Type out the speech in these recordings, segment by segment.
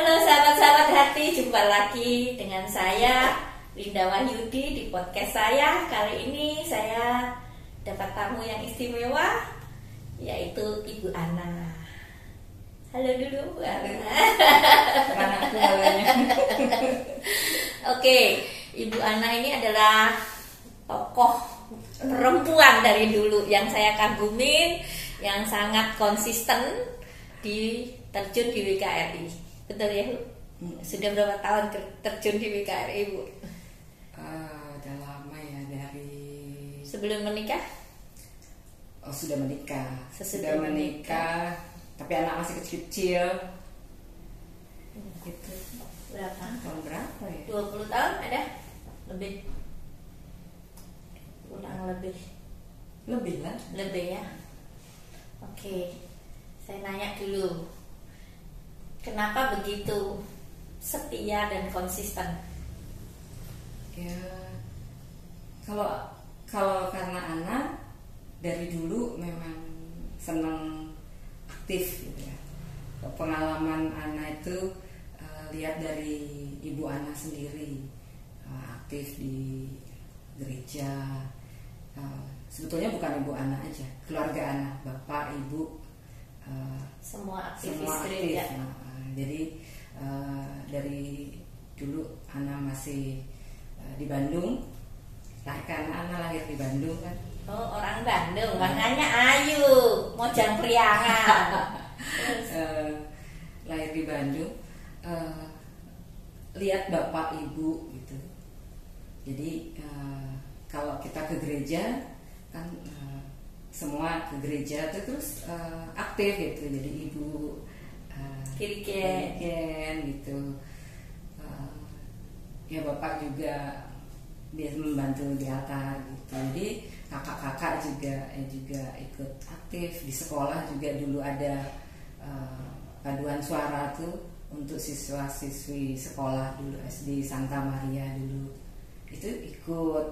Halo sahabat-sahabat hati, jumpa lagi dengan saya Linda Wahyudi di podcast saya. Kali ini saya dapat tamu yang istimewa, yaitu Ibu Ana. Halo dulu, Bu Ana. Mana aku halonya? Oke, Ibu Ana ini adalah tokoh perempuan dari dulu yang saya kagumin, yang sangat konsisten terjun di WKRI. Betul ya, Bu? Sudah berapa tahun terjun di WKRI, Bu? Udah lama ya, dari Sebelum menikah? sudah menikah. Sesudah Sudah menikah, tapi anak masih kecil-kecil. Gitu. Berapa? Tahun berapa ya? 20 tahun ada? Lebih? Kurang lebih. Lebih lah. Lebih ya? Oke, saya nanya dulu, kenapa begitu setia dan konsisten? Ya, kalau karena anak dari dulu memang senang aktif gitu ya. Pengalaman anak itu lihat dari ibu anak sendiri, aktif di gereja. Sebetulnya bukan ibu anak aja, keluarga anak, bapak, ibu, Semua aktivis semua aktif. gereja. Jadi dari dulu anak masih di Bandung, karena anak lahir di Bandung kan. Oh, orang Bandung, makanya Ayu, Mojang Priangan. Lahir di Bandung, lihat bapak ibu gitu. Jadi kalau kita ke gereja kan semua ke gereja itu terus aktif gitu. Jadi ibu kiriken gitu. Ya bapak juga biasa membantu di altar gitu. Jadi kakak-kakak juga ikut aktif di sekolah juga. Dulu ada paduan suara tuh untuk siswa-siswi sekolah dulu, SD Santa Maria dulu itu ikut.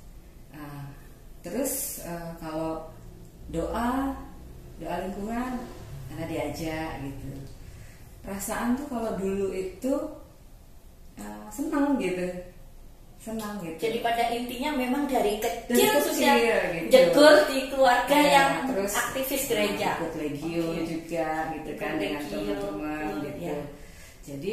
Terus kalau doa lingkungan karena diajak gitu. Perasaan tuh kalau dulu itu senang gitu. Jadi pada intinya memang dari kecil sudah gitu. jegur di keluarga yang terus aktivis gereja. ikut legio juga gitu kan, Ikut dengan legio, teman-teman gitu. ya. Jadi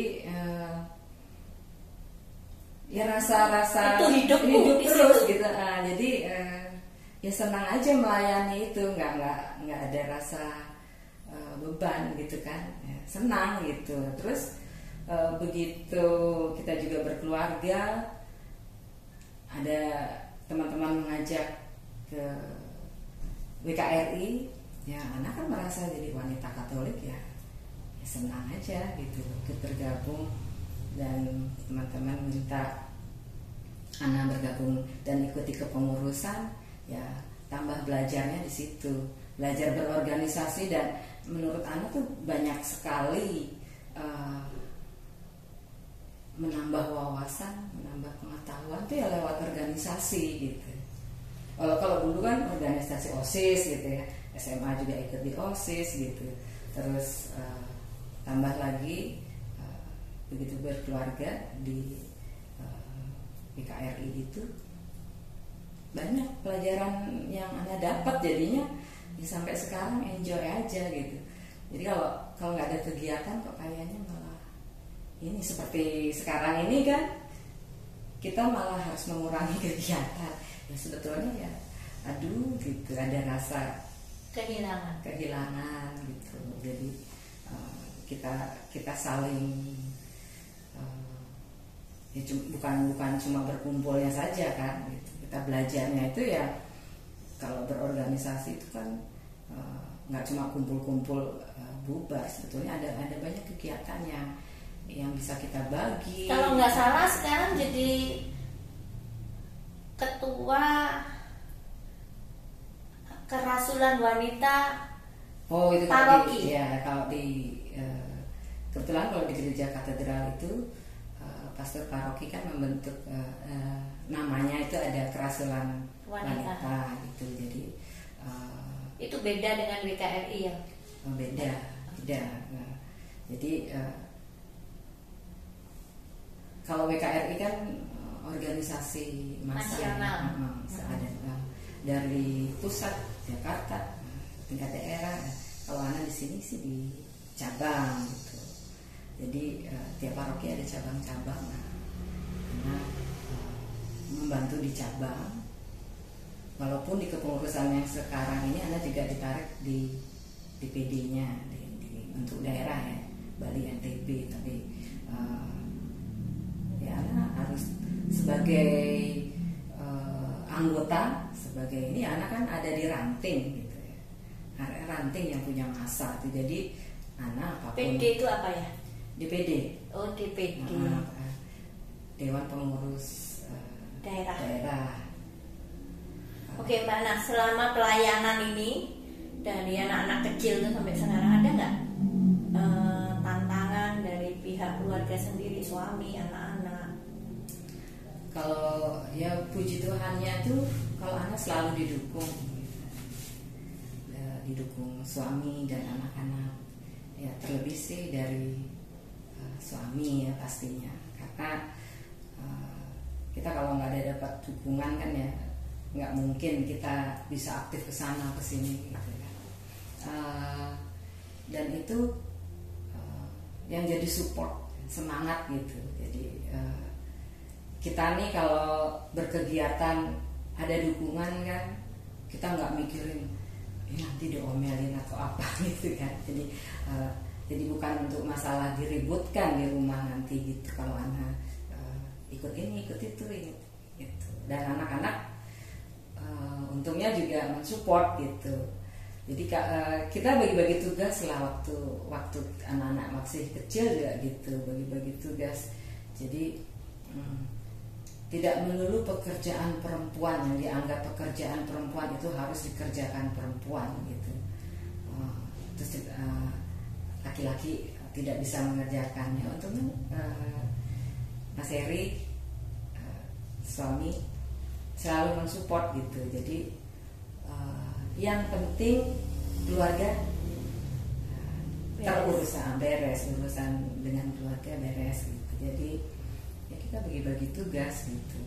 ya rasa-rasa Itu hidup terus gitu. Jadi ya senang aja melayani itu, nggak ada rasa beban gitu kan. Ya, senang gitu. Terus begitu kita juga berkeluarga, ada teman-teman mengajak ke WKRI, ya anak kan merasa jadi wanita Katolik ya senang aja gitu ikut bergabung, dan teman-teman minta anak bergabung dan ikuti kepengurusan, ya tambah belajarnya di situ, belajar berorganisasi. Dan menurut anak tuh banyak sekali menambah wawasan, menambah pengetahuan tuh ya lewat organisasi gitu. Kalau dulu kan organisasi OSIS gitu ya, SMA juga ikut di OSIS gitu. Terus tambah lagi begitu berkeluarga di PKRI itu banyak pelajaran yang Anda dapat, jadinya ya sampai sekarang enjoy aja gitu. Jadi kalau nggak ada kegiatan kok kayaknya malah ini seperti sekarang ini kan kita malah harus mengurangi kegiatan. Ya sebetulnya ya aduh gitu, ada rasa kehilangan gitu. Jadi kita saling ya bukan cuma berkumpulnya saja kan gitu. Kita belajarnya itu ya kalau berorganisasi itu kan nggak cuma kumpul-kumpul bubar, sebetulnya ada banyak kegiatan yang bisa kita bagi. Kalau nggak salah sekarang jadi ketua kerasulan wanita itu paroki. Kalau di kebetulan kalau di gereja katedral itu pastor paroki kan membentuk namanya itu ada kerasulan wanita gitu. Jadi itu beda dengan WKRI ya? beda. Jadi kalau WKRI kan organisasi massa nasional, ada dari pusat Jakarta, tingkat daerah. Kalau anak di sini sih di cabang gitu. Jadi tiap paroki ada cabang-cabang. Nah, membantu di cabang. Walaupun di kepengurusan yang sekarang ini anak juga ditarik di PD-nya untuk daerah ya, Bali NTB, tapi ya anak harus sebagai anggota, sebagai ini anak kan ada di ranting gitu ya, ranting yang punya masa itu. Jadi anak apapun. PD itu apa ya? DPD. Oh, DPD. Dewan Pengurus Daerah. Oke Mbak, nah selama pelayanan ini dari anak-anak kecil itu sampai sekarang ada nggak tantangan dari pihak keluarga sendiri, suami, anak-anak? Kalau ya puji Tuhannya tuh kalau anak selalu didukung, didukung suami dan anak-anak. Ya terlebih sih dari suami ya pastinya, karena kita kalau nggak ada dapat dukungan kan ya nggak mungkin kita bisa aktif ke sana ke sini gitu kan. Dan itu yang jadi support, semangat gitu. Jadi kita nih kalau berkegiatan ada dukungan kan, kita nggak mikirin nanti diomelin atau apa gitu kan. Jadi bukan untuk masalah diributkan di rumah nanti gitu kalau anak ikut ini ikut itu gitu. Dan anak-anak untungnya juga mensupport gitu. Jadi kita bagi-bagi tugas lah waktu anak-anak masih kecil juga gitu, bagi-bagi tugas. Jadi tidak melulu pekerjaan perempuan yang dianggap pekerjaan perempuan itu harus dikerjakan perempuan gitu. Terus laki-laki tidak bisa mengerjakannya. Untungnya Mas Heri suami selalu mensupport gitu. Jadi yang penting keluarga terurus, beres, urusan dengan keluarga beres gitu. Jadi ya kita bagi-bagi tugas gitu.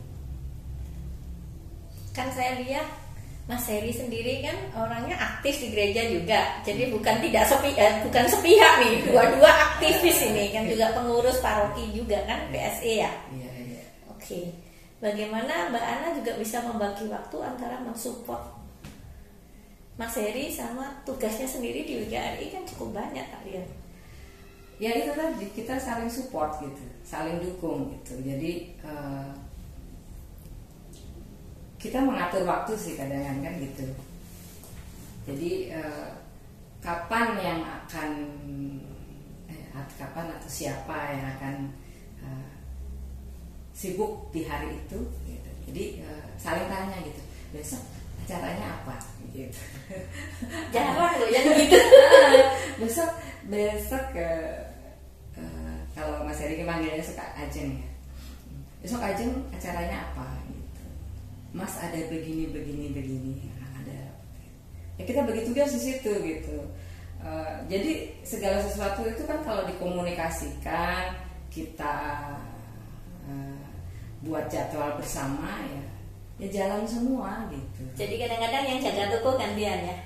Kan saya lihat Mas Heri sendiri kan orangnya aktif di gereja juga. Jadi bukan sepihak nih, dua-dua aktivis ini kan, juga pengurus paroki juga kan, PSE ya. Iya. Oke. Bagaimana Mbak Ana juga bisa membagi waktu antara mensupport Mas Heri sama tugasnya sendiri di WKRI kan cukup banyak kalian. Ya itu tadi, kita saling support gitu, saling dukung gitu. Jadi kita mengatur waktu sih kadang-kadang kan gitu. Jadi kapan atau siapa yang akan sibuk di hari itu gitu. Jadi saling tanya gitu, besok acaranya apa gitu. Jarang loh yang gitu. besok kalau Mas Heri manggilnya suka Ajeng ya, besok Ajeng acaranya apa gitu. Mas ada begini ada ya, kita bagi tugas di situ gitu. Jadi segala sesuatu itu kan kalau dikomunikasikan, kita buat jadwal bersama ya jalan semua gitu. Jadi kadang-kadang yang jaga toko gantian ya.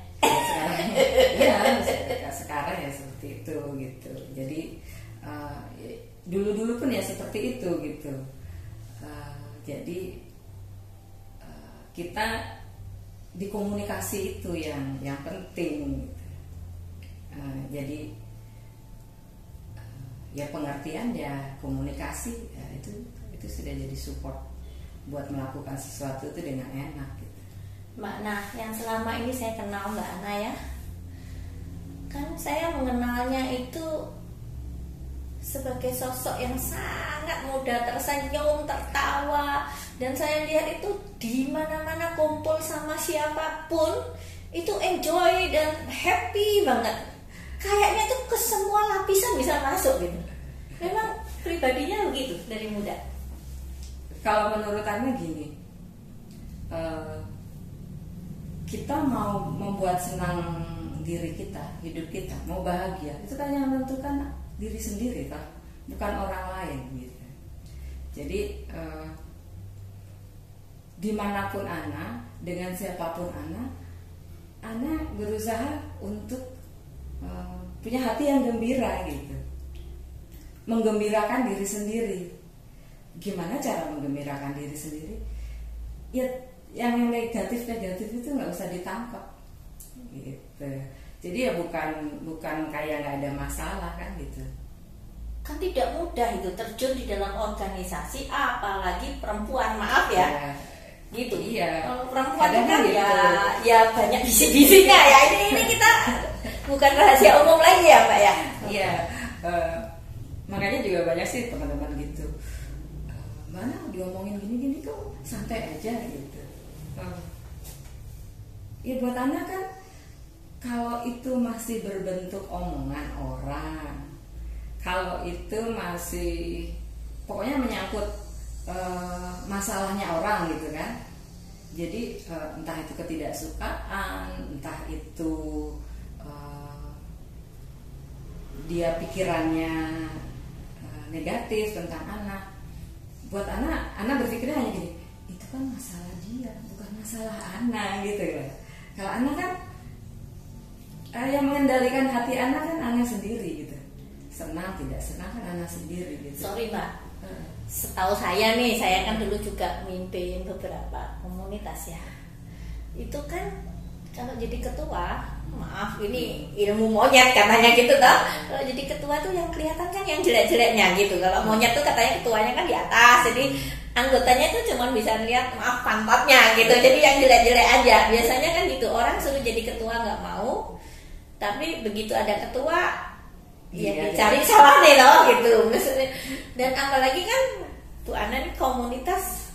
Sekarang ya seperti itu gitu. Jadi dulu pun ya seperti itu gitu. Jadi kita di komunikasi itu yang penting gitu. Jadi ya pengertian ya komunikasi ya itu sudah jadi support buat melakukan sesuatu itu dengan enak gitu. Mbak Nah, yang selama ini saya kenal Mbak Ana ya, kan saya mengenalnya itu sebagai sosok yang sangat mudah tersenyum, tertawa, dan saya lihat itu di mana-mana kumpul sama siapapun itu enjoy dan happy banget. Kayaknya tuh ke semua lapisan bisa masuk gitu. Memang pribadinya begitu dari muda. Kalau menurut Anda gini, kita mau membuat senang diri kita, hidup kita, mau bahagia, itu kan yang menentukan diri sendiri kan, bukan orang lain gitu. Jadi dimanapun Ana, dengan siapapun Ana berusaha untuk punya hati yang gembira gitu, menggembirakan diri sendiri. Gimana cara menggembirakan diri sendiri? Ya, yang negatif itu nggak usah ditangkap gitu. Jadi ya bukan kayak nggak ada masalah kan gitu. Kan tidak mudah itu terjun di dalam organisasi, apalagi perempuan, maaf ya. Gitu. Iya. Perempuan itu kan gitu. ya banyak bisik-bisiknya ya. Ini kita bukan rahasia umum lagi ya, Mbak ya. Iya. Makanya juga banyak sih teman-teman gitu. Mana diomongin gini-gini tuh santai aja gitu. Ya buat anak kan kalau itu masih berbentuk omongan orang, kalau itu masih pokoknya menyangkut masalahnya orang gitu kan. Jadi entah itu ketidaksukaan, entah itu dia pikirannya negatif tentang anak. Buat anak berpikirnya hanya gini, itu kan masalah dia, bukan masalah anak gitu ya. Kalau anak kan yang mengendalikan hati anak kan anak sendiri gitu. Senang tidak senang kan anak sendiri gitu. Sorry Mbak, setahu saya nih, saya kan dulu juga mimpin beberapa komunitas ya. Itu kan kalau jadi ketua, maaf ini ilmu monyet katanya gitu toh. Kalau jadi ketua tuh yang kelihatan kan yang jelek-jeleknya gitu. Kalau monyet tuh katanya ketuanya kan di atas, jadi anggotanya tuh cuma bisa lihat maaf pantatnya gitu. Jadi yang jelek-jelek aja. Biasanya kan gitu, orang suruh jadi ketua nggak mau, tapi begitu ada ketua ya dicari salah nih loh gitu. Dan apalagi kan Bu Ana ini komunitas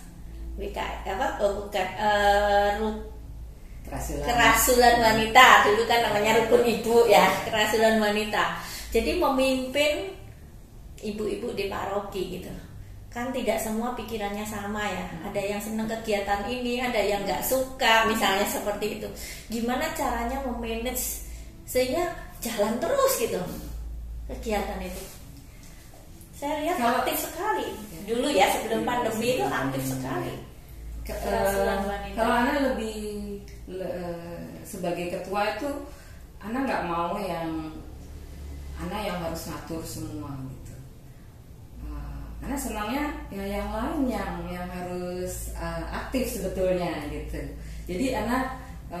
kerasulan wanita, dulu kan namanya rukun ibu ya, kerasulan wanita. Jadi memimpin ibu-ibu di paroki gitu kan, tidak semua pikirannya sama ya. Ada yang senang kegiatan ini, ada yang nggak suka misalnya seperti itu. Gimana caranya memanage sehingga jalan terus gitu kegiatan itu? Saya lihat aktif sekali dulu ya, sebelum pandemi itu aktif sekali kerasulan wanita. Kalau Ana lebih sebagai ketua itu Ana nggak mau yang harus ngatur semua gitu. Ana senangnya ya yang lain yang harus aktif sebetulnya gitu. Jadi Ana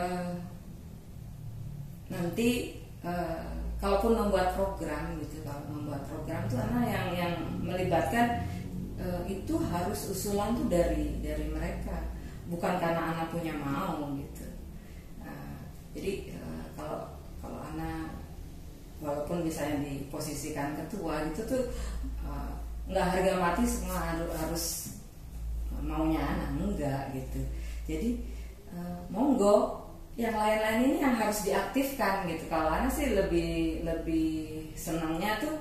nanti kalaupun membuat program gitu, kalau membuat program tuh Ana yang melibatkan itu harus usulan tuh dari mereka, bukan karena Ana punya mau gitu. Jadi kalau Ana walaupun misalnya diposisikan ketua itu tuh nggak harga mati semua harus maunya Ana, enggak gitu. Jadi monggo yang lain-lain ini yang harus diaktifkan gitu. Kalau Ana sih lebih senangnya tuh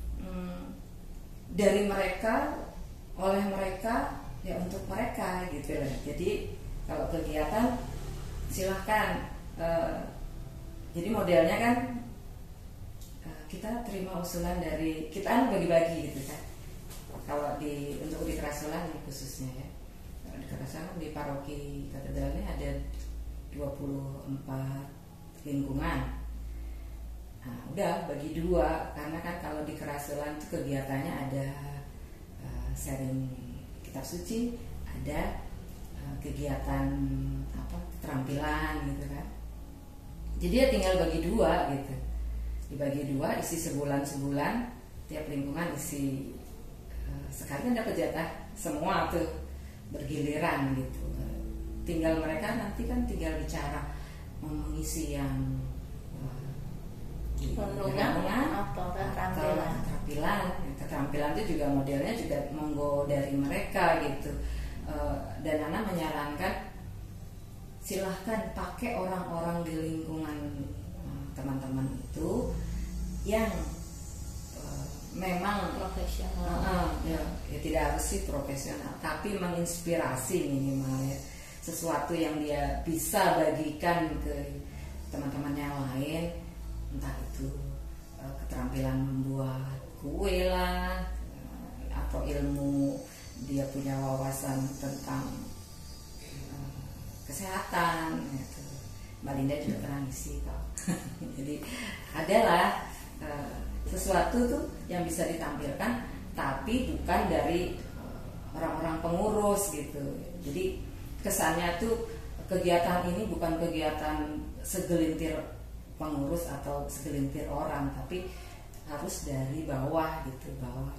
dari mereka, oleh mereka, ya untuk mereka gitu. Jadi kalau kegiatan silahkan. Jadi modelnya kan kita terima usulan dari kita kan bagi-bagi gitu kan. Kalau untuk di kerasulan khususnya ya, di kerasulan di paroki katedral ini ada 24 lingkungan. Nah, udah bagi dua, karena kan kalau di kerasulan itu kegiatannya ada sharing kitab suci, ada kegiatan keterampilan gitu kan. Jadi ya tinggal bagi dua gitu, dibagi dua, isi sebulan tiap lingkungan isi sekali kan dapat jatah semua tuh bergiliran gitu. Tinggal mereka nanti kan tinggal bicara mengisi yang atau keterampilan itu juga modelnya juga monggo dari mereka gitu. Dan Ana menyarankan silahkan pakai orang-orang di lingkungan teman-teman itu yang memang profesional. Ya tidak harus sih profesional, tapi menginspirasi minimal ya, sesuatu yang dia bisa bagikan ke teman-teman yang lain, entah itu keterampilan membuat kue lah, atau ilmu dia punya wawasan tentang kesehatan gitu. Mbak Linda juga pernah ngisi kok. Jadi adalah sesuatu tuh yang bisa ditampilkan, tapi bukan dari orang-orang pengurus gitu. Jadi kesannya tuh kegiatan ini bukan kegiatan segelintir pengurus atau segelintir orang, tapi harus dari bawah gitu, bahwa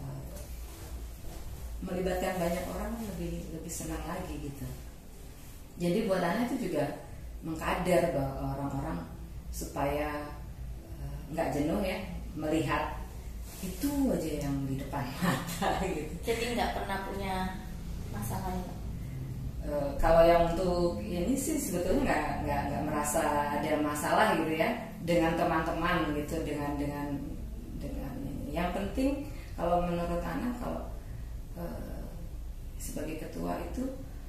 melibatkan banyak orang lebih senang lagi gitu. Jadi buat Ana itu juga mengkader bahwa orang-orang supaya nggak jenuh ya melihat itu aja yang di depan mata gitu. Jadi nggak pernah punya masalah itu. Kalau yang untuk ini sih sebetulnya nggak merasa ada masalah gitu ya dengan teman-teman gitu, dengan ini. Yang penting kalau menurut Ana, kalau sebagai ketua itu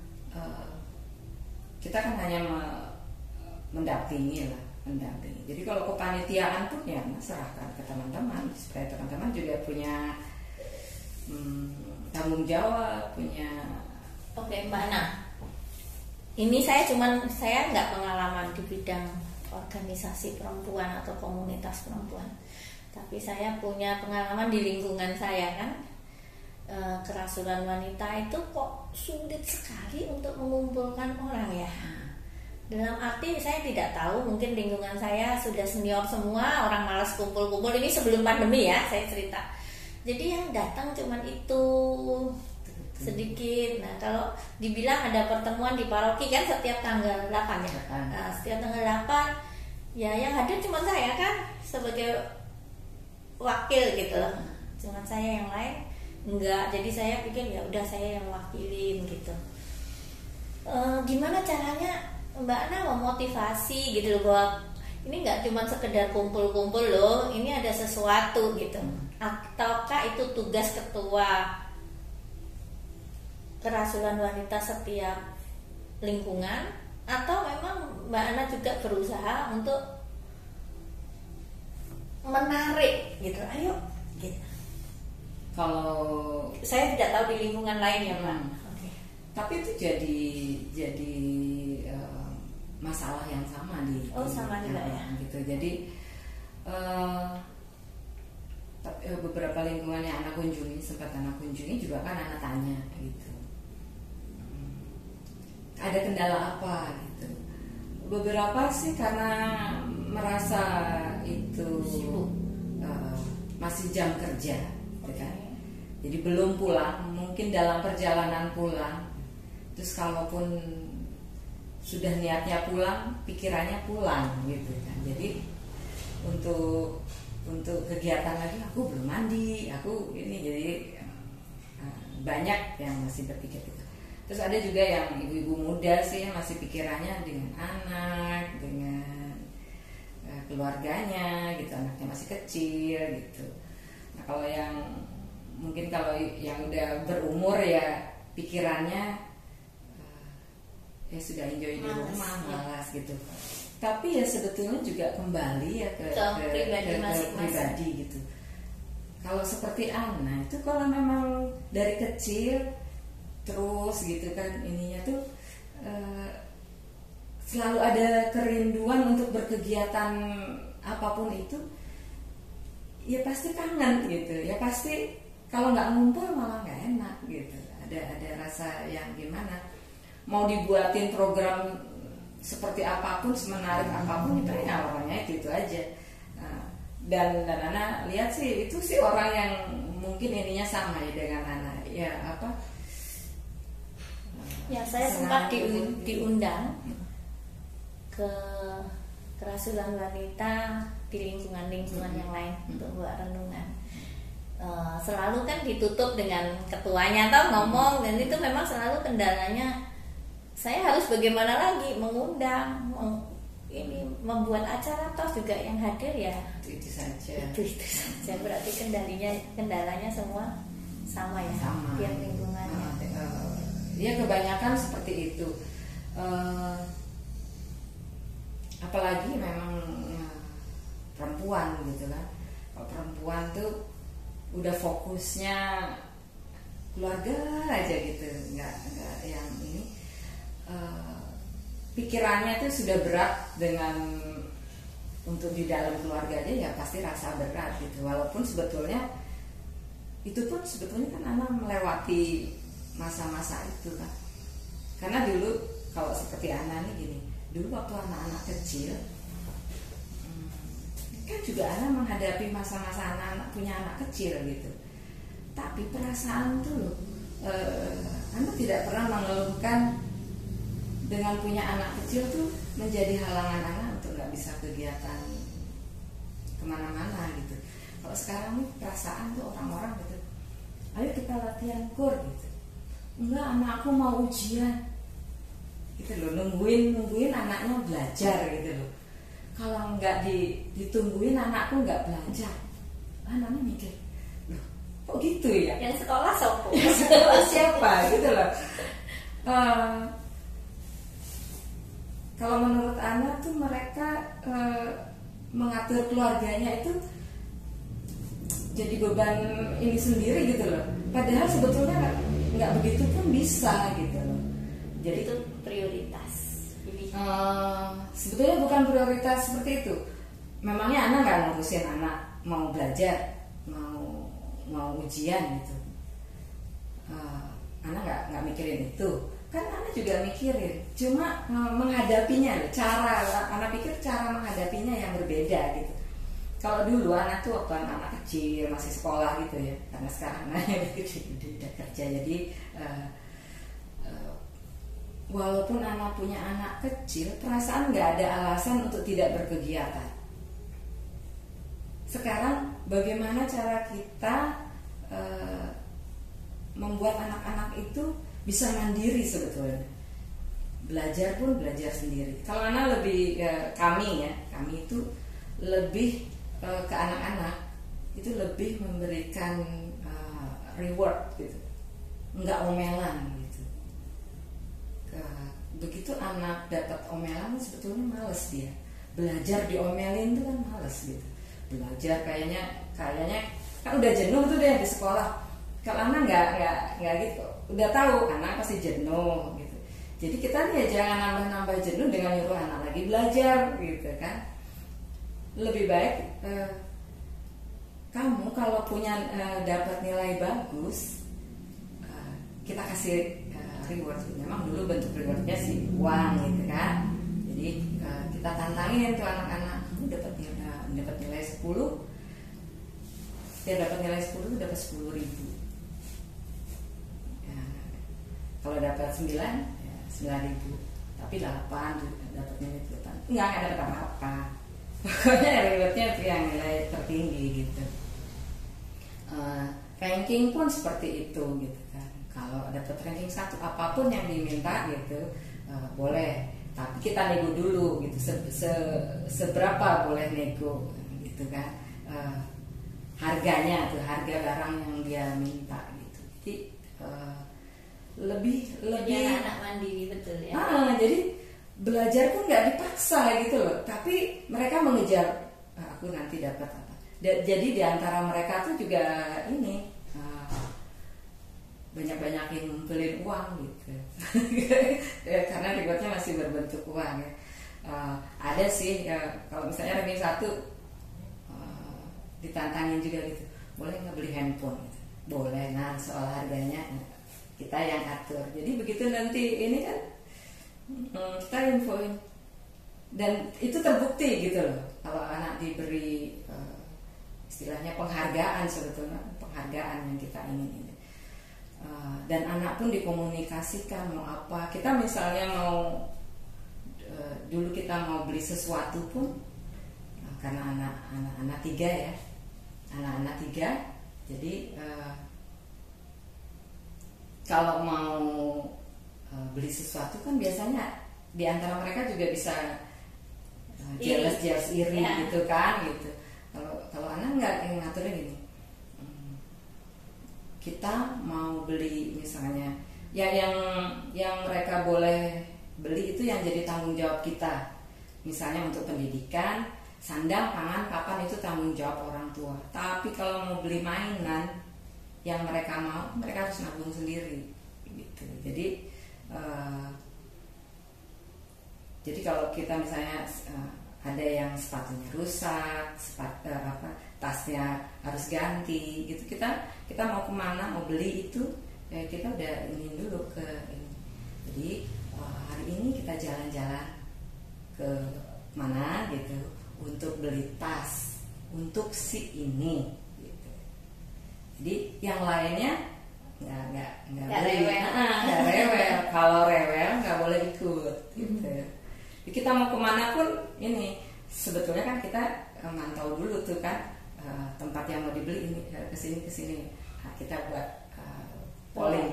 kita kan hanya mendampingi. Jadi kalau kepanitiaan pun ya serahkan ke teman-teman supaya teman-teman juga punya tanggung jawab, punya. Oke, Mbak Ana. Ini saya nggak pengalaman di bidang organisasi perempuan atau komunitas perempuan, tapi saya punya pengalaman di lingkungan saya kan. Kerasulan wanita itu kok sulit sekali untuk mengumpulkan orang ya. Dalam arti saya tidak tahu, mungkin lingkungan saya sudah senior semua, orang malas kumpul-kumpul. Ini sebelum pandemi ya saya cerita. Jadi yang datang cuman itu sedikit. Nah kalau dibilang ada pertemuan di paroki kan setiap tanggal 8 ya. Nah, setiap tanggal 8 ya yang hadir cuma saya kan sebagai wakil gitu loh. Cuma saya, yang lain enggak. Jadi saya pikir ya udah saya yang wakilin gitu. Gimana caranya Mbak Ana memotivasi gitu loh, bahwa ini nggak cuma sekedar kumpul-kumpul loh, ini ada sesuatu gitu. Ataukah itu tugas ketua kerasulan wanita setiap lingkungan, atau memang Mbak Ana juga berusaha untuk menarik gitu, ayo gitu. Kalau saya tidak tahu di lingkungan lain ya Mbak. Okay. Tapi itu jadi masalah yang sama sama juga ya. Gitu. Jadi beberapa lingkungan yang anak kunjungi juga kan anak tanya gitu. Ada kendala apa gitu. Beberapa sih karena merasa itu masih jam kerja, gitu kan. Jadi belum pulang, mungkin dalam perjalanan pulang. Terus kalaupun sudah niatnya pulang, pikirannya pulang gitu kan. Jadi untuk kegiatan lagi aku belum mandi, aku ini, jadi banyak yang masih berpikir gitu. Terus ada juga yang ibu-ibu muda sih yang masih pikirannya dengan anak, dengan keluarganya gitu, anaknya masih kecil gitu. Nah kalau yang udah berumur ya pikirannya ya sudah enjoy di rumah, malas gitu. Tapi ya sebetulnya juga kembali ya ke pribadi gitu. Kalau seperti Ana itu kalau memang dari kecil terus gitu kan ininya tuh selalu ada kerinduan untuk berkegiatan apapun itu, ya pasti kangen gitu. Ya pasti kalau nggak ngumpul malah nggak enak gitu. Ada rasa yang gimana? Mau dibuatin program seperti apapun, semenarik apapun itu ya orangnya itu aja. Dan Ana lihat sih itu sih orang yang mungkin ininya sama ya dengan Ana. Ya apa? Ya saya sempat diundang ke kerasulan wanita di lingkungan yang lain untuk buat renungan. Selalu kan ditutup dengan ketuanya atau ngomong, dan itu memang selalu kendalanya. Saya harus bagaimana lagi mengundang, membuat acara, toh juga yang hadir ya itu saja. Itu saja. Berarti kendalanya semua sama ya, tiap lingkungannya. Ya kebanyakan seperti itu. Apalagi memang perempuan gitu kan. Kalau perempuan tuh udah fokusnya keluarga aja gitu, nggak yang ini pikirannya itu sudah berat dengan untuk di dalam keluarga aja, ya pasti rasa berat gitu. Walaupun sebetulnya itu pun sebetulnya kan anak melewati masa-masa itu kan. Karena dulu kalau seperti anak nih gini, dulu waktu anak-anak kecil kan juga anak menghadapi masa-masa anak-anak punya anak kecil gitu. Tapi perasaan tuh loh, anak tidak pernah mengeluhkan dengan punya anak kecil tuh menjadi halangan anak untuk nggak bisa kegiatan kemana-mana gitu. Kalau sekarang nih perasaan tuh orang-orang gitu, ayo kita latihan kur gitu. Enggak, anakku mau ujian gitu loh, nungguin anaknya belajar gitu loh. Kalau nggak ditungguin anakku nggak belajar, anaknya mikir, loh kok gitu ya? Yang sekolah sopo? Yang sekolah siapa gitu loh. Kalau menurut anak tuh mereka mengatur keluarganya itu jadi beban ini sendiri gitu loh. Padahal sebetulnya nggak begitu pun bisa gitu loh. Jadi itu prioritas. Sebetulnya bukan prioritas seperti itu. Memangnya anak nggak ngurusin anak mau belajar, mau ujian gitu. Anak nggak mikirin itu. Kan anak juga mikirin, cuma menghadapinya, anak pikir cara menghadapinya yang berbeda gitu. Kalau dulu anak tuh waktu anak kecil masih sekolah gitu ya, karena sekarang anaknya udah kerja, jadi walaupun anak punya anak kecil, perasaan nggak ada alasan untuk tidak berkegiatan. Sekarang bagaimana cara kita membuat anak-anak itu bisa mandiri sebetulnya, belajar pun belajar sendiri. Kalau anak lebih kami itu lebih ke anak-anak itu lebih memberikan reward gitu, nggak omelan gitu. Begitu anak dapat omelan sebetulnya males dia belajar, diomelin itu kan males gitu. Belajar kayaknya kan udah jenuh tuh deh di sekolah. Kalau anak nggak gitu, udah tahu anak pasti jenuh gitu. Jadi kita nih jangan nambah jenuh dengan nyuruh anak lagi belajar gitu kan. Lebih baik kamu kalau punya dapat nilai bagus, kita kasih reward. Memang dulu bentuk rewardnya sih uang gitu kan. Jadi kita tantangin tuh anak-anak, kamu dapat nilai 10, setiap dapat nilai 10 dapat 10.000. Kalau dapat 9 ya 9.000, tapi 8 dapatnya itu nggak dapat apa-apa. Pokoknya rewardnya itu yang nilai tertinggi gitu. Ranking pun seperti itu gitu kan. Kalau dapat ranking 1 apapun yang diminta gitu boleh, tapi kita nego dulu gitu. Seberapa boleh nego gitu kan. Harganya tuh, harga barang yang dia minta gitu. Jadi lebih anak mandiri betul ya. Jadi belajar pun nggak dipaksa gitu loh, tapi mereka mengejar aku nanti dapat apa. Jadi di antara mereka tuh juga ini banyak-banyakin ngumpulin uang gitu. Karena rewardnya masih berbentuk uang ya. Ada sih kalau misalnya ranking 1 ditantangin juga gitu, boleh nggak beli handphone gitu. Boleh, nah soal harganya kita yang atur. Jadi begitu nanti ini kan kita infoin, dan itu terbukti gitu loh. Kalau anak diberi istilahnya penghargaan, sebetulnya penghargaan yang kita ingin ini, dan anak pun dikomunikasikan mau apa. Kita misalnya mau dulu kita mau beli sesuatu pun karena anak 3 ya, anak-anak 3, jadi kalau mau beli sesuatu kan biasanya di antara mereka juga bisa jealous iri ya, gitu kan gitu. Kalau anak nggak, yang ngaturnya gini, kita mau beli misalnya ya yang mereka boleh beli itu yang jadi tanggung jawab kita. Misalnya untuk pendidikan, sandang, pangan, papan itu tanggung jawab orang tua. Tapi kalau mau beli mainan yang mereka mau, mereka harus nabung sendiri gitu. Jadi kalau kita misalnya ada yang sepatunya rusak, tasnya harus ganti, gitu kita mau kemana, mau beli itu ya kita udah ini dulu ke ini. Jadi hari ini kita jalan-jalan ke mana gitu untuk beli tas untuk si ini gitu. Jadi yang lainnya nggak rewel. Kalau rewel nggak boleh ikut gitu. Jadi kita mau kemana pun ini sebetulnya kan kita mantau dulu tuh kan tempat yang mau dibeli ini kesini. Nah, kita buat polling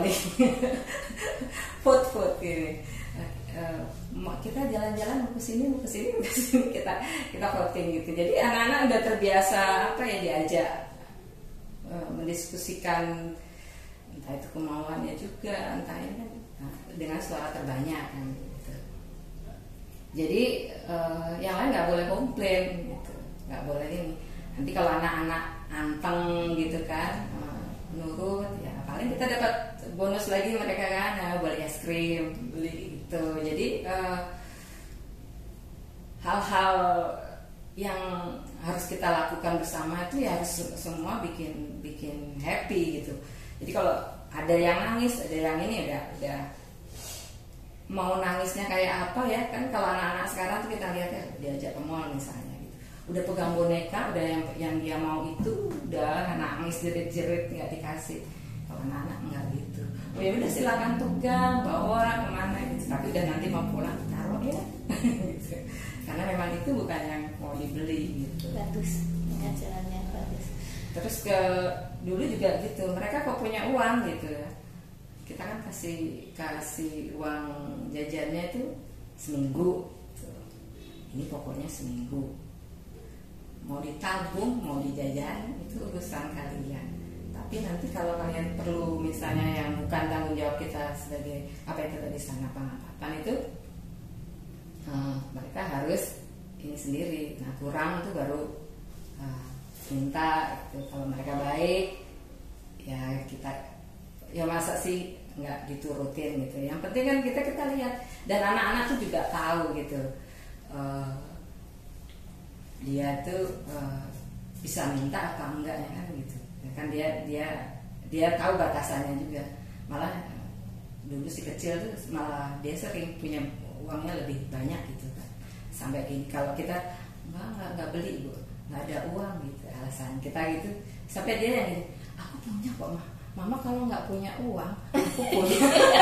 food gini. Kita jalan-jalan mau kesini kita voting gitu. Jadi anak-anak udah terbiasa diajak mendiskusikan entah itu kemauannya juga, entah ini kan dengan suara terbanyak kan gitu. Jadi yang lain nggak boleh komplain gitu, nggak boleh ini. Nanti kalau anak-anak anteng gitu kan nurut ya paling kita dapat bonus lagi mereka kan, beli es krim, beli gitu. Jadi hal-hal yang harus kita lakukan bersama itu ya harus semua bikin happy gitu. Jadi kalau ada yang nangis, ada yang ini udah mau nangisnya kayak apa ya kan, kalau anak-anak sekarang tuh kita lihat ya diajak ke mall misalnya gitu, udah pegang boneka, udah yang dia mau itu udah nangis jerit-jerit nggak dikasih. Kalau anak-anak nggak gitu, ya udah silakan pegang, bawa kemana gitu, tapi udah nanti mau pulang taruh ya gitu. Karena memang itu bukan yang mau dibeli gitu. Bagus, pengajarannya bagus. Terus dulu juga gitu, mereka kok punya uang gitu ya, kita kan kasih uang jajannya itu seminggu gitu. Ini pokoknya seminggu, mau ditabung mau dijajan itu urusan kalian. Tapi nanti kalau kalian perlu misalnya yang bukan tanggung jawab kita sebagai apa itu tadi sarapan itu mereka harus ini sendiri. Nah kurang itu baru minta gitu. Kalau mereka baik ya kita ya masa sih nggak diturutin gitu. Yang penting kan kita lihat, dan anak-anak tuh juga tahu gitu dia tuh bisa minta apa enggak ya kan gitu ya kan, dia tahu batasannya juga. Malah dulu si kecil tuh malah dia sering punya uangnya lebih banyak gitu kan, sampai gini kalau kita nggak beli Bu, nggak ada uang gitu alasan kita gitu, sampai dia yang gitu, aku punya kok Mama kalau nggak punya uang aku punya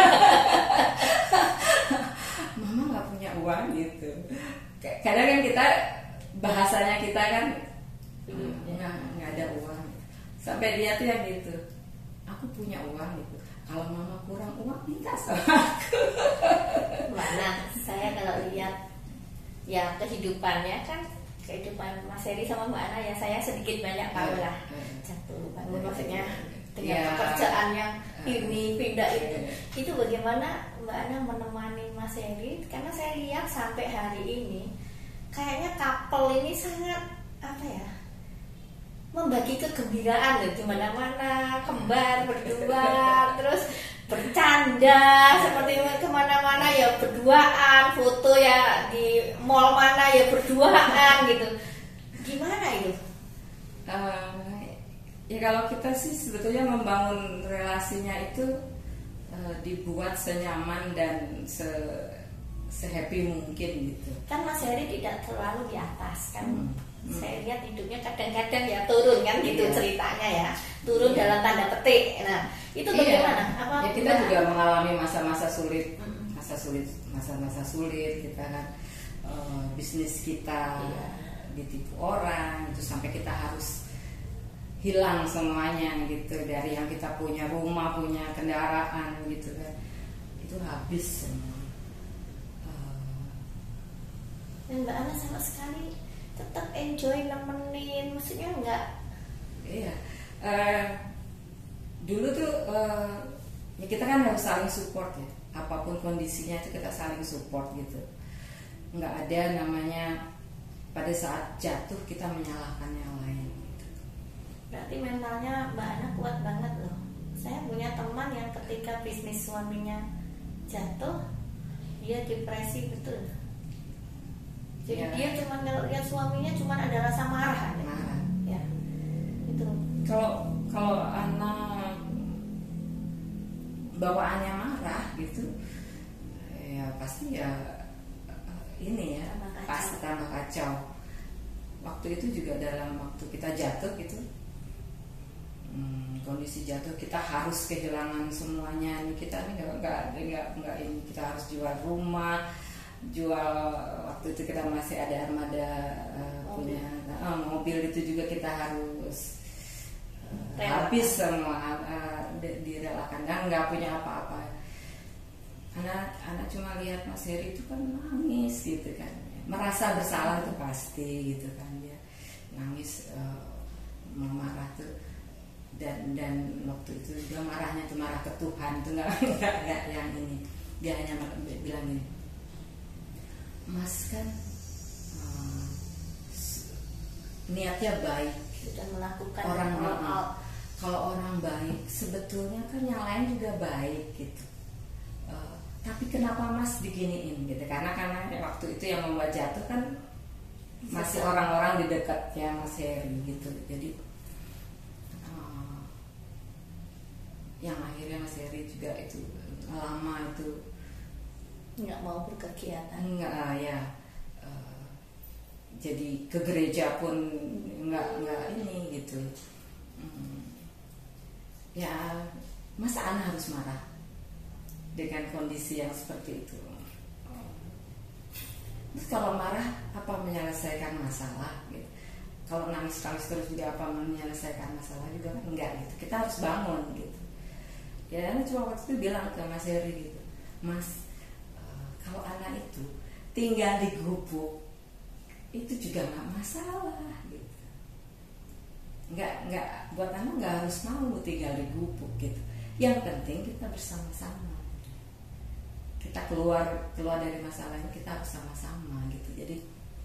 Mama nggak punya uang gitu. Kadang kan kita bahasanya kita kan nggak ada uang, sampai dia tuh yang gitu, aku punya uang gitu, kalau Mama kurang uang minta sama aku. Mana saya kalau lihat ya kehidupannya kan, kehidupan Mas Heri sama Mbak Ana ya saya sedikit banyak tahu lah. Jatuh bangun maksudnya dengan pekerjaan yang ini pindah itu bagaimana Mbak Ana menemani Mas Heri, karena saya lihat sampai hari ini kayaknya couple ini sangat membagi kegembiraan loh, di mana-mana kembar berdua terus bercanda seperti kemana-mana ya berduaan, foto ya di mall mana ya berduaan gitu. Gimana itu? Ya kalau kita sih sebetulnya membangun relasinya itu dibuat senyaman dan sehappy mungkin gitu. Kan Mas Heri tidak terlalu di atas kan. Saya lihat hidupnya kadang-kadang ya turun kan gitu ceritanya ya, turun dalam tanda petik. Nah itu bagaimana? Ya kita juga mengalami masa-masa sulit, masa-masa sulit kita kan, bisnis kita ditipu orang itu sampai kita harus hilang semuanya gitu, dari yang kita punya rumah, punya kendaraan gitu kan, itu habis semua. Dan Mbak Ana sama sekali tetap enjoy nemenin, maksudnya enggak? Iya, dulu tuh ya kita kan harus saling support ya, apapun kondisinya itu kita saling support gitu. Nggak ada namanya pada saat jatuh kita menyalahkan yang lain gitu. Berarti mentalnya Mbak Ana kuat banget loh. Saya punya teman yang ketika bisnis suaminya jatuh, dia depresi betul. Jadi Ya. dia cuma lihat suaminya cuma ada rasa marah aja. Marah. Ya, itu. Kalau anak bawaannya marah gitu, ya pasti ya ini ya Tambah kacau. pasti tambah kacau. Waktu itu juga dalam waktu kita jatuh gitu, kondisi jatuh kita harus kehilangan semuanya. Kita ini nggak ini, kita harus jual rumah, jual, waktu itu kita masih ada armada punya mobil, itu juga kita harus habis semua, direlakan, dan nggak punya apa-apa. Anak cuma lihat Mas Heri itu kan nangis gitu kan, merasa bersalah itu pasti gitu kan, dia nangis, marah tuh, dan waktu itu dia marahnya tuh marah ke Tuhan tuh, nggak yang ini. Dia hanya bilang gini, Mas kan niatnya baik, Sudah melakukan orang all out. kalau orang baik sebetulnya kan yang lain juga baik gitu. Tapi kenapa Mas diginiin gitu? Karena waktu itu yang membuat jatuh kan masih orang-orang di dekatnya Mas Heri gitu. Jadi yang akhirnya Mas Heri juga itu lama itu nggak mau berkegiatan. enggak ya. Jadi ke gereja pun enggak ini gitu. Ya masa anak harus marah dengan kondisi yang seperti itu. Terus kalau marah apa menyelesaikan masalah gitu. Kalau nangis terus juga apa menyelesaikan masalah juga kan enggak gitu. Kita harus bangun gitu. Ya Ana cuma waktu itu bilang ke Mas Heri gitu, Mas, kalau anak itu tinggal di gubuk itu juga nggak masalah gitu. Nggak buat anak nggak harus mau tinggal di gubuk gitu. Yang penting kita bersama-sama. Kita keluar dari masalah ini, kita bersama-sama gitu. Jadi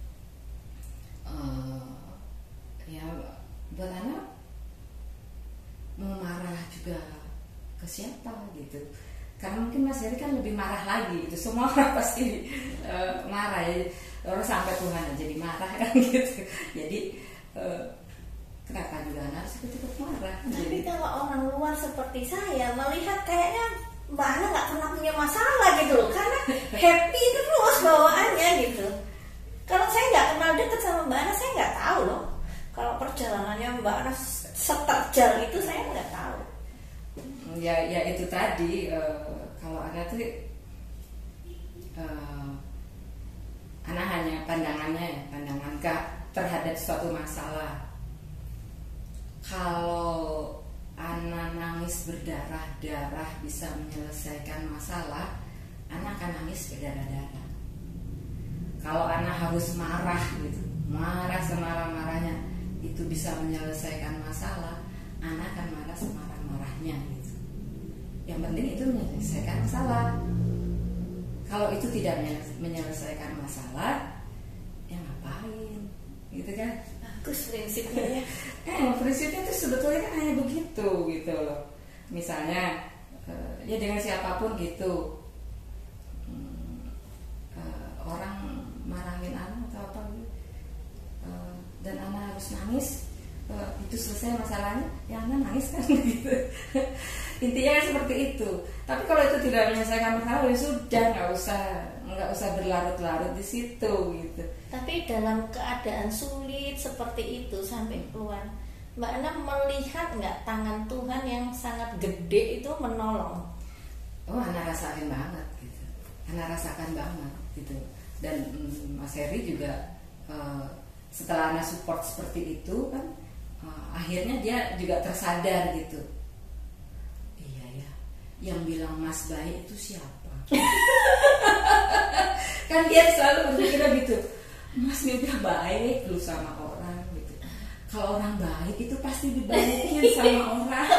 ya buat anak mau marah juga ke siapa gitu. Karena mungkin Mas Heri kan lebih marah lagi gitu. Semua orang pasti marah ya. Orang sampai Tuhan aja marah kan gitu. Jadi kenapa juga anak harus ikut marah? Tapi kalau orang luar seperti saya melihat kayaknya Mbak Ana nggak pernah punya masalah gitu loh, karena happy terus bawaannya gitu. Kalau saya nggak kenal deket sama Mbak Ana, saya nggak tahu loh. Kalau perjalanannya Mbak Ana seterjal itu saya nggak tahu. Ya itu tadi, kalau Ana tuh Ana hanya pandangan terhadap suatu masalah. Kalau Ana nangis berdarah-darah bisa menyelesaikan masalah, Ana akan nangis berdarah-darah. Kalau Ana harus marah gitu, marah semarah-marahnya, itu bisa menyelesaikan masalah, Ana akan marah semarah-marahnya gitu. Yang penting itu menyelesaikan masalah. Kalau itu tidak menyelesaikan masalah, ya ngapain gitu kan? Bagus prinsipnya ya. Prinsipnya itu sebetulnya kan hanya begitu gitu loh. Misalnya ya dengan siapapun gitu, orang marahin anak atau apa gitu, dan anak harus nangis, itu selesai masalahnya, ya anak nangis kan gitu. Intinya kan seperti itu. Tapi kalau itu tidak menyelesaikan masalah, ya sudah, nggak usah berlarut-larut di situ gitu. Tapi dalam keadaan sulit seperti itu sampai keluar, Mbak Ana melihat nggak tangan Tuhan yang sangat gede itu menolong? Oh, Ana rasakan banget gitu. Ana rasakan banget gitu. Dan Mas Heri juga setelah Ana support seperti itu kan, akhirnya dia juga tersadar gitu. Iya ya, yang bilang Mas baik itu siapa? Kan dia selalu berpikir gitu, Mas ini udah baik lu sama orang gitu. Kalau orang baik itu pasti dibaikin sama orang.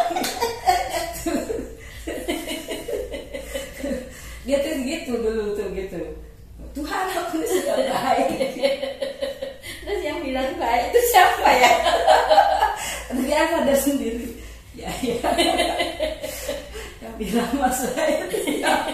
Dia tuh gitu dulu tuh gitu. Tuhan aku sudah baik. Terus yang bilang baik itu siapa ya? Dia sadar sendiri. Ya, ya. Yang bilang masalah itu siapa?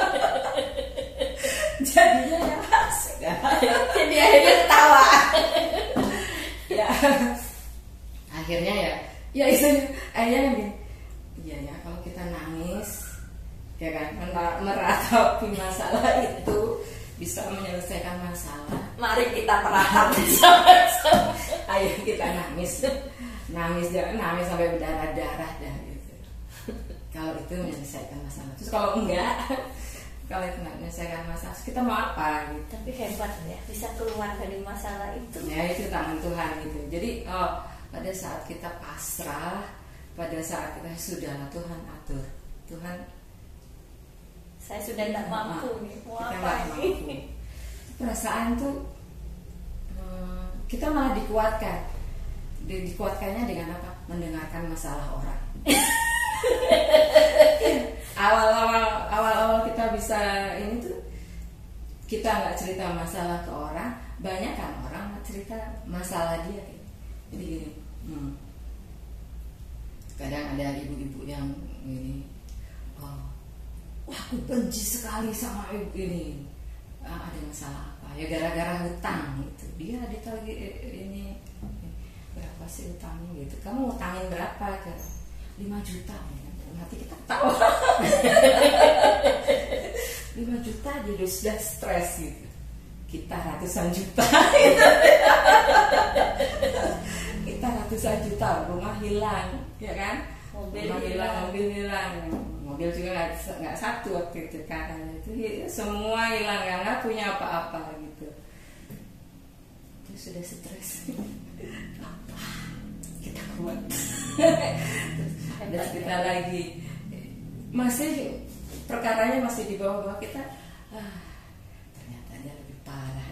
Jadinya yang asik kan? Jadi akhirnya ketawa. Ya, akhirnya ya itu akhirnya yang gini, iya ya kalau kita nangis ya kan meratapi masalah itu bisa menyelesaikan masalah. Mari kita meratapi sama-sama. Ayo kita nangis jangan nangis sampai berdarah-darah dah gitu. Kalau itu menyelesaikan masalah. Terus kalau enggak, kalau itu nggak menyelesaikan masalah, kita mau apa gitu. Tapi hebat ya, bisa keluar dari masalah itu. Ya itu tangan Tuhan gitu. Jadi pada saat kita pasrah, pada saat kita sudahlah Tuhan atur, Tuhan saya sudah tidak mampu nih, mau kita apa nggak ini? mampu. Perasaan tuh kita malah dikuatkan. Dikuatkannya dengan apa? Mendengarkan masalah orang. Awal-awal kita bisa ini tuh kita nggak cerita masalah ke orang, banyak kan orang cerita masalah dia. Jadi gini, kadang ada ibu-ibu yang ini, wah aku benci sekali sama ibu ini, ada masalah apa? Ya gara-gara hutang gitu. Dia ditagih ini berapa sih hutangnya gitu? Kamu hutangin berapa? 5 juta. Nanti kita ketawa. 5 juta jadi sudah stres gitu. Kita ratusan juta. Kita ratusan juta, rumah hilang, ya kan? Mobil hilang. Mobil juga nggak satu waktu itu kakaknya itu semua hilang, nggak punya apa-apa gitu. Itu sudah stres. Kita kuat. Terus kita lagi masih perkaranya masih di bawah kita, ternyata dia lebih parah.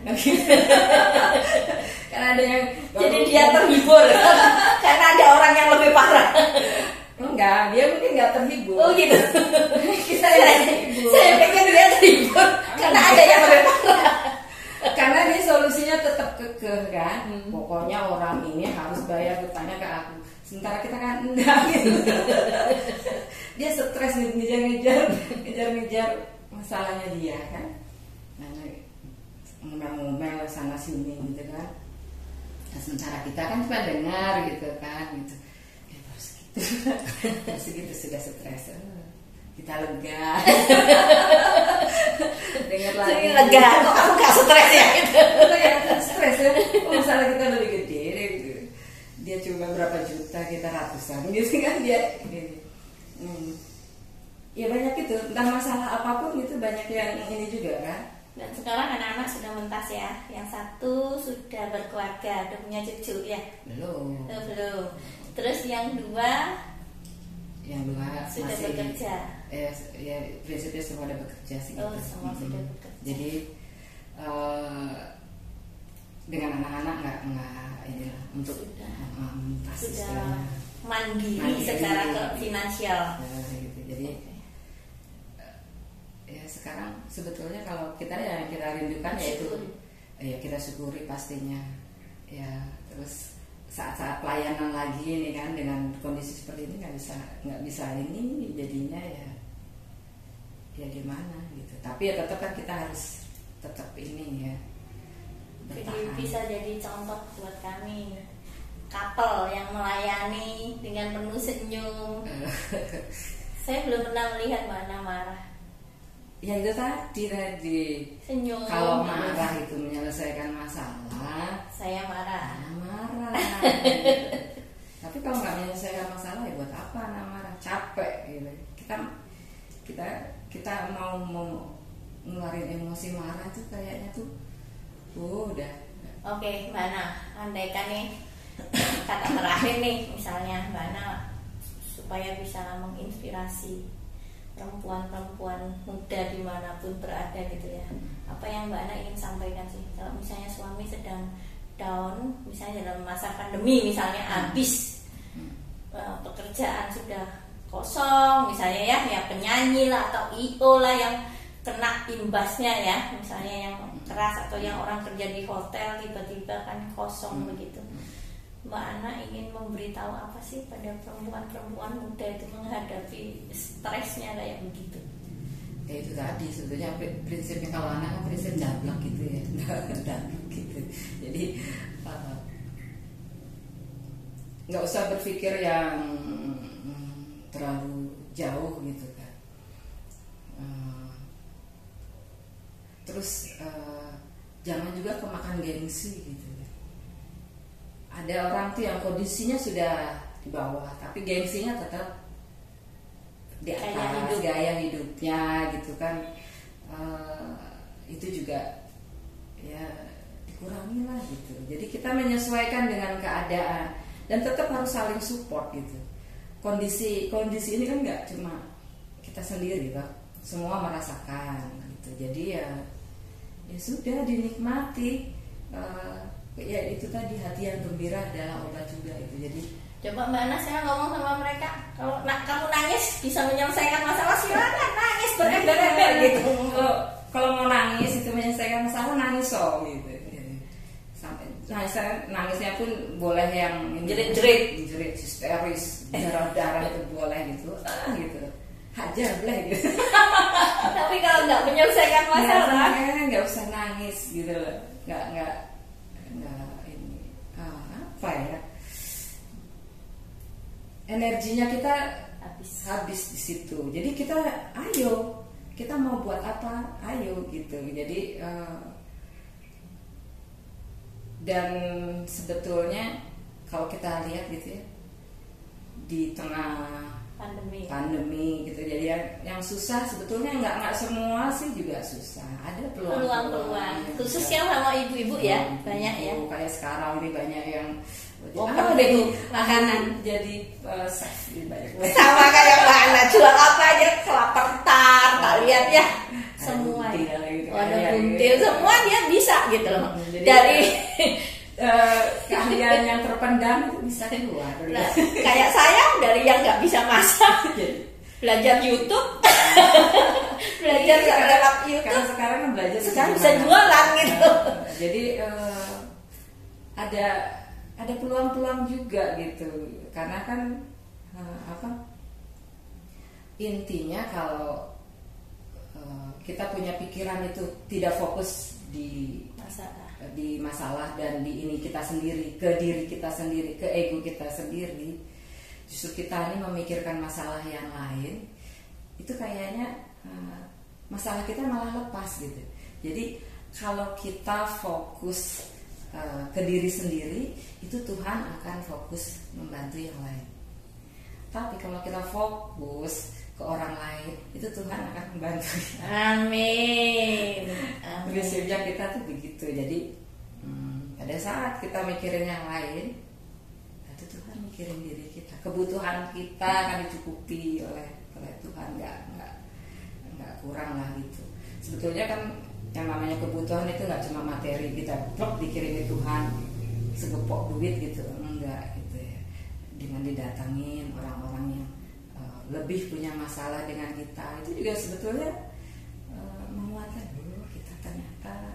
Karena ada yang Jadi dia terhibur karena ada orang yang lebih parah. enggak, dia mungkin nggak terhibur. Oh gitu. Kita yang terhibur. Saya pikir dia terhibur karena ada yang lebih parah. Karena dia solusinya tetap kekeh kan. Pokoknya orang ini harus bayar hutangnya ke aku. Sementara kita kan enggak gitu. Dia stres ngejar masalahnya dia kan. Ngomel-ngomel sana sini gitu kan. Nah, sementara kita kan cuma dengar gitu kan gitu. Ya baru segitu sudah stres. Kita lega. Dengar lagi. Lega, kok aku gak stres ya gitu. Stres ya. Oh, masalah kita lebih gede gitu. Dia cuma berapa juta, kita ratusan gitu kan dia. Ya banyak itu, entah masalah apapun itu banyak yang ini juga kan. Dan sekarang anak-anak sudah mentas ya. Yang satu sudah berkeluarga, udah punya cucu ya. Belum. Belum. Terus yang dua masih sudah bekerja. Ya prinsipnya semua udah bekerja sih. Oh, gitu. semua sudah bekerja. Jadi dengan anak-anak nggak inilah untuk mentas sudah mandiri secara finansial. Gitu. Jadi ya sekarang sebetulnya kalau kita rindukan yaitu ya kita syukuri pastinya ya. Terus saat-saat pelayanan lagi nih kan dengan kondisi seperti ini nggak bisa ini jadinya ya gimana gitu. Tapi ya tetap kan kita harus tetap ini ya Jadi bertahan. bisa jadi contoh buat kami couple yang melayani dengan penuh senyum. Saya belum pernah melihat Mbak Ana marah. Ya itu tadi Senyum. kalau marah itu menyelesaikan masalah, Saya marah. marah. Tapi kalau nggak menyelesaikan masalah ya buat apa marah? Capek gitu. Kita mau ngeluarin emosi marah tuh kayaknya tuh udah. Oke, Mbak Ana, andaikan nih kata terakhir nih, misalnya Mbak Ana supaya bisa menginspirasi perempuan-perempuan muda dimanapun berada gitu ya. Apa yang Mbak Ana ingin sampaikan sih? Kalau misalnya suami sedang down, misalnya dalam masa pandemi misalnya habis pekerjaan sudah kosong, misalnya ya penyanyi lah atau IO lah yang kena imbasnya ya, misalnya yang keras atau yang orang kerja di hotel tiba-tiba kan kosong begitu. Mbak Ana ingin memberitahu apa sih pada perempuan-perempuan muda itu menghadapi stresnya kayak begitu? Ya itu tadi sebetulnya prinsipnya, kalau anak kan prinsip dablek gitu ya, dablek gitu. Jadi nggak usah berpikir yang terlalu jauh gitu kan. Terus jangan juga kemakan gengsi gitu. Ada orang tuh yang kondisinya sudah di bawah, tapi gengsinya tetap di atas, gaya hidupnya gitu kan. Itu juga ya dikurangi lah gitu. Jadi kita menyesuaikan dengan keadaan dan tetap harus saling support gitu. Kondisi ini kan nggak cuma kita sendiri, Pak. Semua merasakan gitu. Jadi ya sudah dinikmati. Ya itu tadi, hati yang gembira adalah obat juga itu. Jadi coba Mbak Ana saya ngomong sama mereka, kalau kamu nangis bisa menyelesaikan masalah, silakan nangis berember-ember gitu. Kalau mau nangis itu menyelesaikan masalah, nangis gitu. Sampai nangisnya pun boleh yang jerit histeris, darah itu boleh gitu, gitu. Hajar boleh gitu. Tapi kalau nggak menyelesaikan masalah, nggak usah nangis gitu loh. Nggak ini apa ya, energinya kita habis di situ. Jadi kita ayo, kita mau buat apa, ayo gitu. Jadi dan sebetulnya kalau kita lihat gitu ya, di tengah pandemi gitu, jadi yang susah sebetulnya nggak semua sih juga susah, ada peluang khususnya sama ibu-ibu ya, banyak ya. Kayak sekarang ini banyak yang jadi makanan, jadi seks banyak. Sama kayak Mbak Ana jual apa aja, kelapa tart, tak lihat ya, semua. Ada buntil, semua dia bisa gitu loh. Dari keahlian yang terpendam itu bisa keluar. Nah, kayak saya dari yang nggak bisa masak, belajar YouTube, belajar lewat YouTube. Karena sekarang kan belajar, sekarang bisa jualan gitu. Jadi ada peluang-peluang juga gitu. Karena kan intinya kalau kita punya pikiran itu tidak fokus di masalah dan di ini kita sendiri, ke diri kita sendiri, ke ego kita sendiri, justru kita ini memikirkan masalah yang lain, itu kayaknya masalah kita malah lepas gitu. Jadi kalau kita fokus ke diri sendiri, itu Tuhan akan fokus membantu yang lain. Tapi kalau kita fokus ke orang lain, itu Tuhan akan membantu. Amin. Prinsipnya kita tuh begitu. Jadi pada saat kita mikirin yang lain, itu Tuhan mikirin diri kita. Kebutuhan kita akan dicukupi oleh Tuhan, nggak kurang lah gitu. Sebetulnya kan yang namanya kebutuhan itu nggak cuma materi, kita plok dikirimin Tuhan segepok duit gitu, enggak gitu ya. Dengan didatangin orang-orang yang lebih punya masalah dengan kita, itu juga sebetulnya menguatkan dulu kita ternyata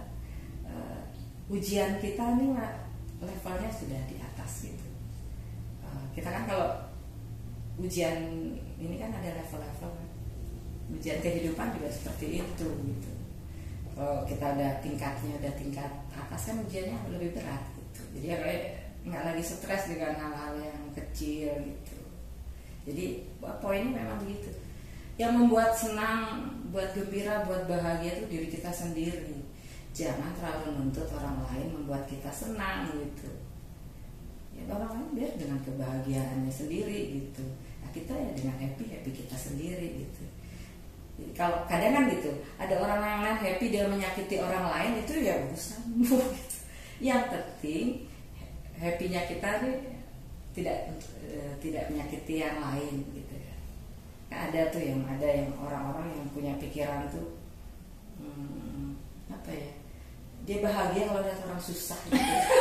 ujian kita nih levelnya sudah di atas gitu. Kita kan kalau ujian ini kan ada level-level, ujian kehidupan juga seperti itu gitu. Kalau kita ada tingkatnya, ada tingkat atas kan ujiannya lebih berat gitu. Jadi nggak lagi stres dengan hal-hal yang kecil gitu. Jadi poinnya memang begitu. Yang membuat senang, buat gembira, buat bahagia itu diri kita sendiri. Jangan terlalu menuntut orang lain membuat kita senang gitu. Ya orang lain biar dengan kebahagiaannya sendiri gitu. Nah, kita ya dengan happy kita sendiri gitu. Jadi, kalau kadang kan gitu, ada orang lain happy dia menyakiti orang lain, itu ya urusanmu gitu. Yang penting happy-nya kita nih tidak menyakiti yang lain gitu ya. Kan ada yang orang-orang yang punya pikiran tuh apa ya, dia bahagia kalau lihat orang susah gitu.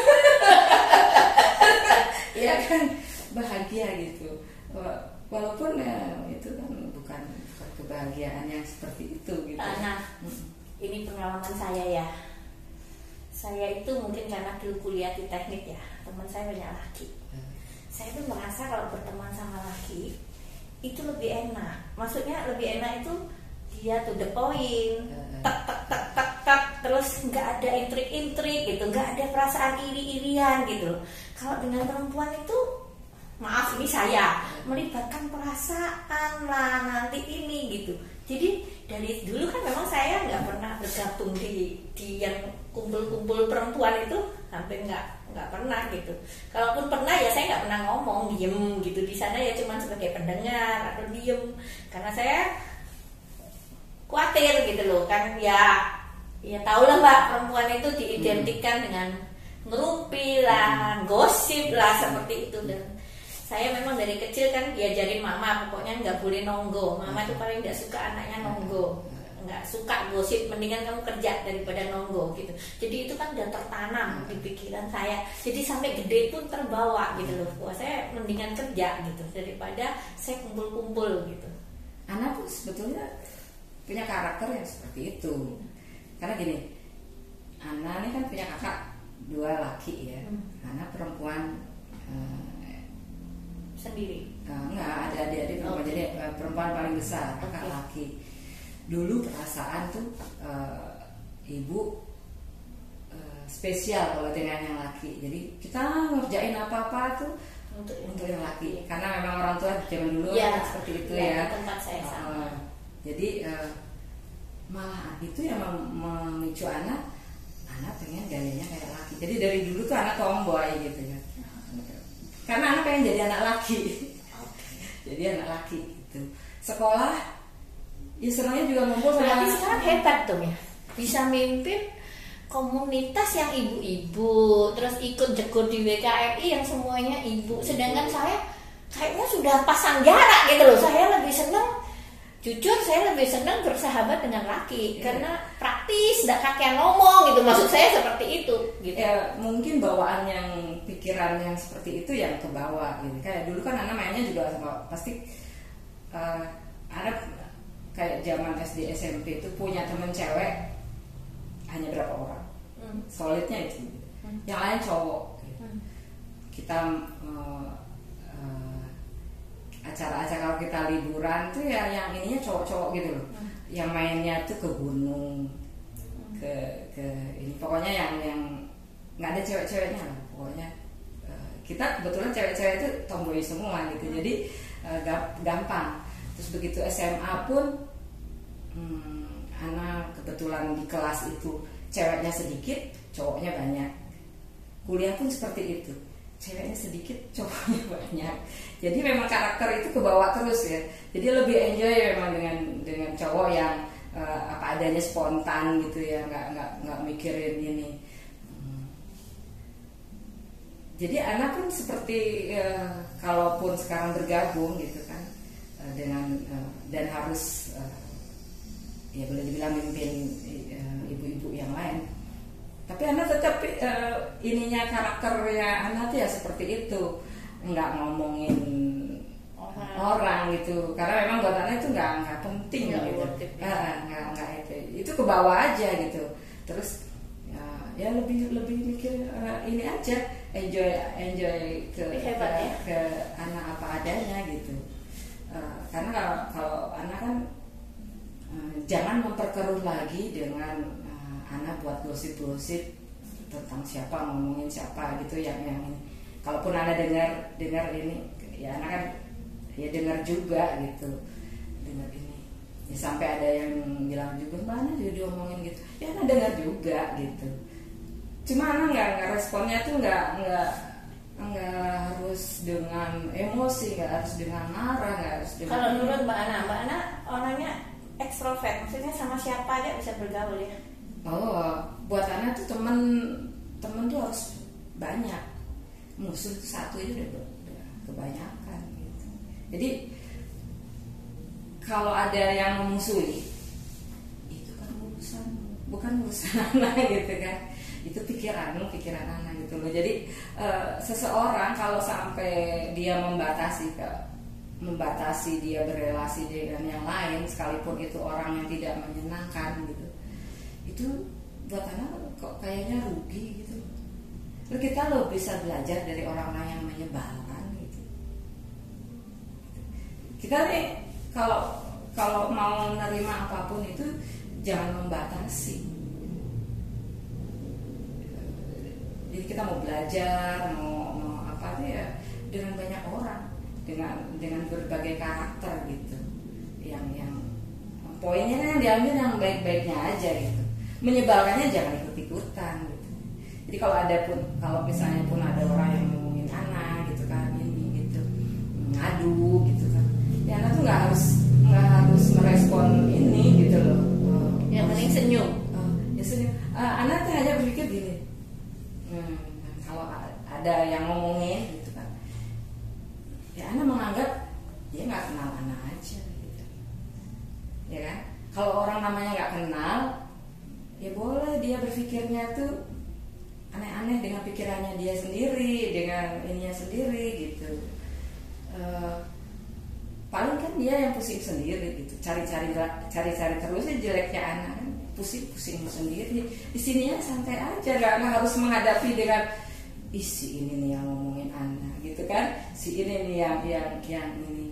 Ya kan, bahagia gitu walaupun ya itu kan bukan kebahagiaan yang seperti itu gitu. Nah, ini pengalaman saya ya. Saya itu mungkin karena dulu kuliah di teknik ya, teman saya banyak laki. Saya tuh merasa kalau berteman sama laki itu lebih enak. Maksudnya lebih enak itu dia to the point, tak tak tak tak tak, terus nggak ada intrik-intrik gitu, nggak ada perasaan iri-irian gitu. Kalau dengan perempuan itu, maaf ini saya melibatkan perasaan lah nanti ini gitu. Jadi dari dulu kan memang saya nggak pernah bergabung di yang kumpul-kumpul perempuan itu, hampir nggak pernah gitu. Kalaupun pernah ya saya nggak pernah ngomong, diem gitu di sana ya, cuma sebagai pendengar atau diem, karena saya khawatir gitu loh kan, ya tahu lah Mbak, perempuan itu diidentikan dengan ngerumpi lah, gosip lah seperti itu. Dan saya memang dari kecil kan diajarin mama pokoknya nggak boleh nonggo. Mama itu paling nggak suka anaknya nonggo, nggak suka gosip, mendingan kamu kerja daripada nonggo gitu. Jadi itu kan udah tertanam di pikiran saya. Jadi sampai gede pun terbawa gitu loh. Wah, saya mendingan kerja gitu daripada saya kumpul-kumpul gitu. Ana pun sebetulnya punya karakter yang seperti itu. Karena gini, Ana ini kan punya kakak 2 laki ya. Ana perempuan sendiri. Enggak, ada adik-adik perempuan. Jadi perempuan paling besar, kakak laki. Dulu perasaan tuh ibu spesial kalau dengan yang laki. Jadi kita ngerjain apa-apa tuh untuk yang laki. Karena memang orang tua zaman dulu kan seperti itu ya. Tempat saya sama. Jadi malah itu yang memicu anak pengen gayanya kayak laki. Jadi dari dulu tuh anak tomboy gitu ya. Karena anak pengen jadi anak laki. Jadi anak laki gitu. Sekolah ya senangnya juga ngumpul sama. Berarti sekarang hebat tuh ya, bisa mimpin komunitas yang ibu-ibu, terus ikut jegur di WKRI yang semuanya ibu. Sedangkan saya kayaknya sudah pasang jarak gitu loh. Saya lebih senang, jujur saya lebih senang bersahabat dengan laki karena praktis, tidak kakean ngomong gitu. Maksud saya seperti itu gitu. Ya mungkin bawaan yang pikiran yang seperti itu yang ke bawah gitu. Kayak dulu kan anak mainnya juga sama, pasti anak kayak zaman SD SMP itu punya temen cewek hanya berapa orang, solidnya itu, yang lain cowok gitu. Kita acara-acara kalau kita liburan tuh ya yang ininya cowok-cowok gitu loh, yang mainnya tuh ke gunung, ke ini pokoknya yang nggak ada cewek-ceweknya lah pokoknya. Kita kebetulan cewek-cewek itu tomboy semua gitu, jadi gampang. Terus begitu SMA pun anak kebetulan di kelas itu ceweknya sedikit, cowoknya banyak. Kuliah pun seperti itu, ceweknya sedikit, cowoknya banyak. Jadi memang karakter itu kebawa terus ya. Jadi lebih enjoy memang dengan cowok yang apa adanya, spontan gitu ya, nggak mikirin ini. Jadi anak pun seperti kalaupun sekarang bergabung gitu kan dengan dan harus ya boleh dibilang mimpin ibu-ibu yang lain. Tapi anak tetap ininya karakternya anak tuh ya seperti itu, nggak ngomongin orang gitu. Karena memang buat anak itu nggak penting gitu. Nggak itu ke bawah aja gitu. Terus ya lebih mikir ini aja, enjoy ke anak apa adanya gitu. Karena kalau anak kan jangan memperkeruh lagi dengan anak buat gosip-gosip tentang siapa, ngomongin siapa gitu yang ini. Kalaupun anak dengar ini, ya anak kan ya dengar juga gitu, dengar ini. Ya, sampai ada yang bilang juga mana juga diomongin gitu, ya anak dengar juga gitu. Cuma anak nggak responnya tuh nggak harus dengan emosi, nggak harus dengan marah, nggak harus dengan. Kalau menurut Mbak Ana orangnya ekstrovert, maksudnya sama siapa aja bisa bergaul ya. Oh, buat anak tuh temen tuh harus banyak. Musuh itu satu aja udah kebanyakan gitu. Jadi kalau ada yang memusuhi, itu kan bukan urusan anak gitu kan. Itu pikiran anak gitu loh. Jadi seseorang kalau sampai dia membatasi dia berelasi dengan yang lain, sekalipun itu orang yang tidak menyenangkan gitu, itu buat anak kok kayaknya rugi gitu. Lalu kita lo bisa belajar dari orang-orang yang menyebalkan gitu. Kita nih kalau mau nerima apapun itu jangan membatasi. Jadi kita mau belajar, mau apa tuh ya dengan banyak orang, dengan berbagai karakter gitu. Yang poinnya kan diambil yang baik-baiknya aja gitu. Menyebalkannya jangan ikut-ikutan gitu. Jadi kalau misalnya pun ada orang yang ngomongin anak gitu kan, ini gitu, ngadu gitu kan, ya anak tuh nggak harus merespon ini gitu loh. Yang penting senyum. Ya senyum. Anak tuh hanya berpikir gini, kalau ada yang ngomongin gitu kan, ya anak menganggap dia nggak kenal anak aja gitu, ya kan? Kalau orang namanya nggak kenal, ya boleh dia berpikirnya tuh aneh-aneh dengan pikirannya dia sendiri, dengan ininya sendiri gitu. Paling kan dia yang pusing sendiri gitu, cari-cari terus jeleknya anak kan, pusing sendiri. Di sininya santai aja, nggak harus menghadapi dengan si ini nih yang ngomongin anak gitu kan, si ini nih yang ini.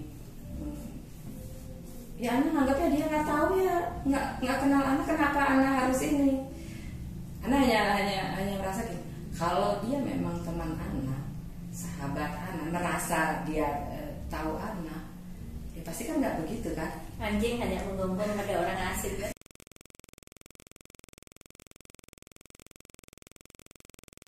Ya anak anggapnya dia nggak tahu ya, nggak kenal anak, kenapa anak harus ini? Anak hanya merasa gini, kalau dia memang teman anak, sahabat anak, merasa dia tahu anak, ya pasti kan nggak begitu kan? Anjing hanya menggonggong pada orang asing kan?